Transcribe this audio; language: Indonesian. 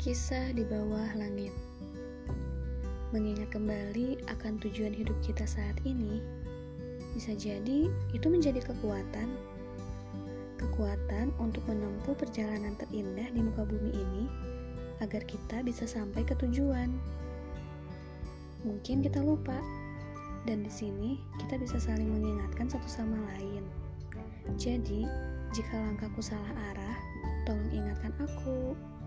Kisah di bawah langit. Mengingat kembali akan tujuan hidup kita saat ini, bisa jadi itu menjadi kekuatan. Kekuatan untuk menempuh perjalanan terindah di muka bumi ini agar kita bisa sampai ke tujuan. Mungkin kita lupa, dan di sini kita bisa saling mengingatkan satu sama lain. Jadi, jika langkahku salah arah, tolong ingatkan aku.